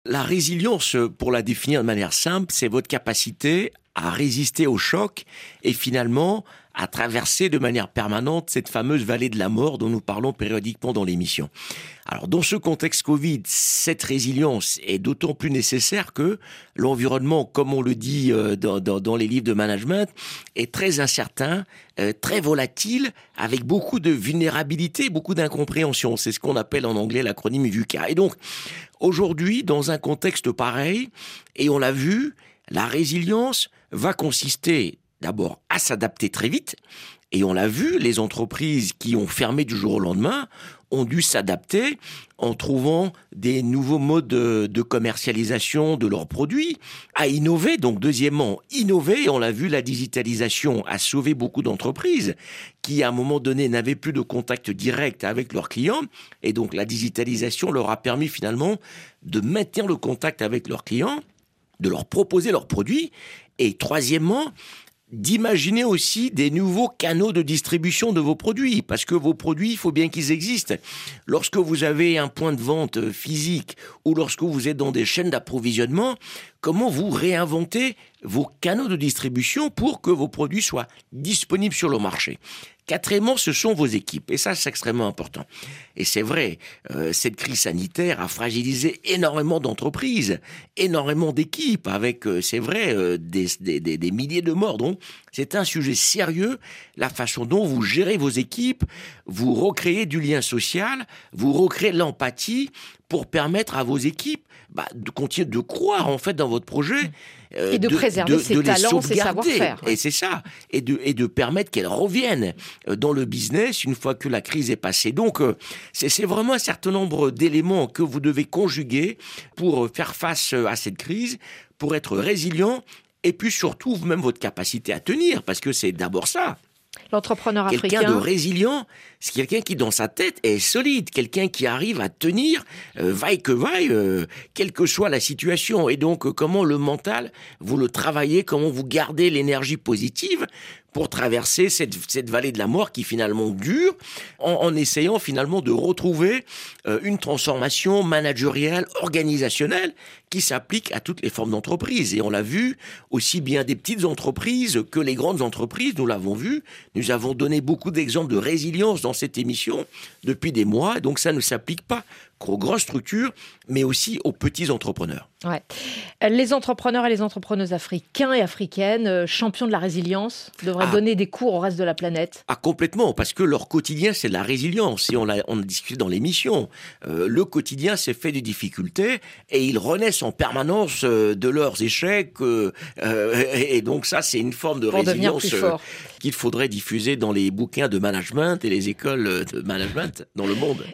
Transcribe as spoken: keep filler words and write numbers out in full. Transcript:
La résilience, pour la définir de manière simple, c'est votre capacité à résister au choc et finalement à traverser de manière permanente cette fameuse vallée de la mort dont nous parlons périodiquement dans l'émission. Alors dans ce contexte Covid, cette résilience est d'autant plus nécessaire que l'environnement, comme on le dit dans, dans, dans les livres de management, est très incertain, euh, très volatile, avec beaucoup de vulnérabilité, beaucoup d'incompréhension. C'est ce qu'on appelle en anglais l'acronyme VUCA. Et donc aujourd'hui, dans un contexte pareil, et on l'a vu, la résilience va consister d'abord à s'adapter très vite. Et on l'a vu, les entreprises qui ont fermé du jour au lendemain ont dû s'adapter en trouvant des nouveaux modes de, de commercialisation de leurs produits, à innover. Donc deuxièmement, innover. On l'a vu, la digitalisation a sauvé beaucoup d'entreprises qui, à un moment donné, n'avaient plus de contact direct avec leurs clients. Et donc la digitalisation leur a permis finalement de maintenir le contact avec leurs clients, de leur proposer leurs produits. Et troisièmement, d'imaginer aussi des nouveaux canaux de distribution de vos produits, parce que vos produits, il faut bien qu'ils existent. Lorsque vous avez un point de vente physique ou lorsque vous êtes dans des chaînes d'approvisionnement, comment vous réinventez vos canaux de distribution pour que vos produits soient disponibles sur le marché? Quatrièmement, ce sont vos équipes. Et ça, c'est extrêmement important. Et c'est vrai, euh, cette crise sanitaire a fragilisé énormément d'entreprises, énormément d'équipes, avec, euh, c'est vrai, euh, des, des, des, des milliers de morts. Donc, c'est un sujet sérieux, la façon dont vous gérez vos équipes, vous recréez du lien social, vous recréez l'empathie pour permettre à vos équipes bah, de continuer de croire en fait dans votre projet. Euh, et de, de préserver de, ses de talents, ses savoir-faire. Et c'est ça. Et de, et de permettre qu'elles reviennent dans le business une fois que la crise est passée. Donc, euh, c'est, c'est vraiment un certain nombre d'éléments que vous devez conjuguer pour faire face à cette crise, pour être résilient et puis surtout même votre capacité à tenir, parce que c'est d'abord ça. L'entrepreneur Quelqu'un africain. de résilient, c'est quelqu'un qui, dans sa tête, est solide. Quelqu'un qui arrive à tenir, euh, vaille que vaille, euh, quelle que soit la situation. Et donc, euh, comment le mental, vous le travaillez, comment vous gardez l'énergie positive pour traverser cette, cette vallée de la mort qui finalement dure, en, en essayant finalement de retrouver euh, une transformation managériale, organisationnelle, qui s'applique à toutes les formes d'entreprises. Et on l'a vu, aussi bien des petites entreprises que les grandes entreprises, nous l'avons vu. Nous avons donné beaucoup d'exemples de résilience dans cette émission depuis des mois. Donc ça ne s'applique pas qu'aux grosses structures, mais aussi aux petits entrepreneurs. Ouais. Les entrepreneurs et les entrepreneuses africains et africaines, euh, champions de la résilience, devraient ah. donner des cours au reste de la planète. Ah, complètement, parce que leur quotidien, c'est de la résilience. Et on l'a, on a discuté dans l'émission. Euh, le quotidien, c'est fait de difficultés et ils renaissent en permanence euh, de leurs échecs. Euh, euh, et donc ça, c'est une forme de Pour résilience euh, qu'il faudrait diffuser dans les bouquins de management et les écoles de management dans le monde.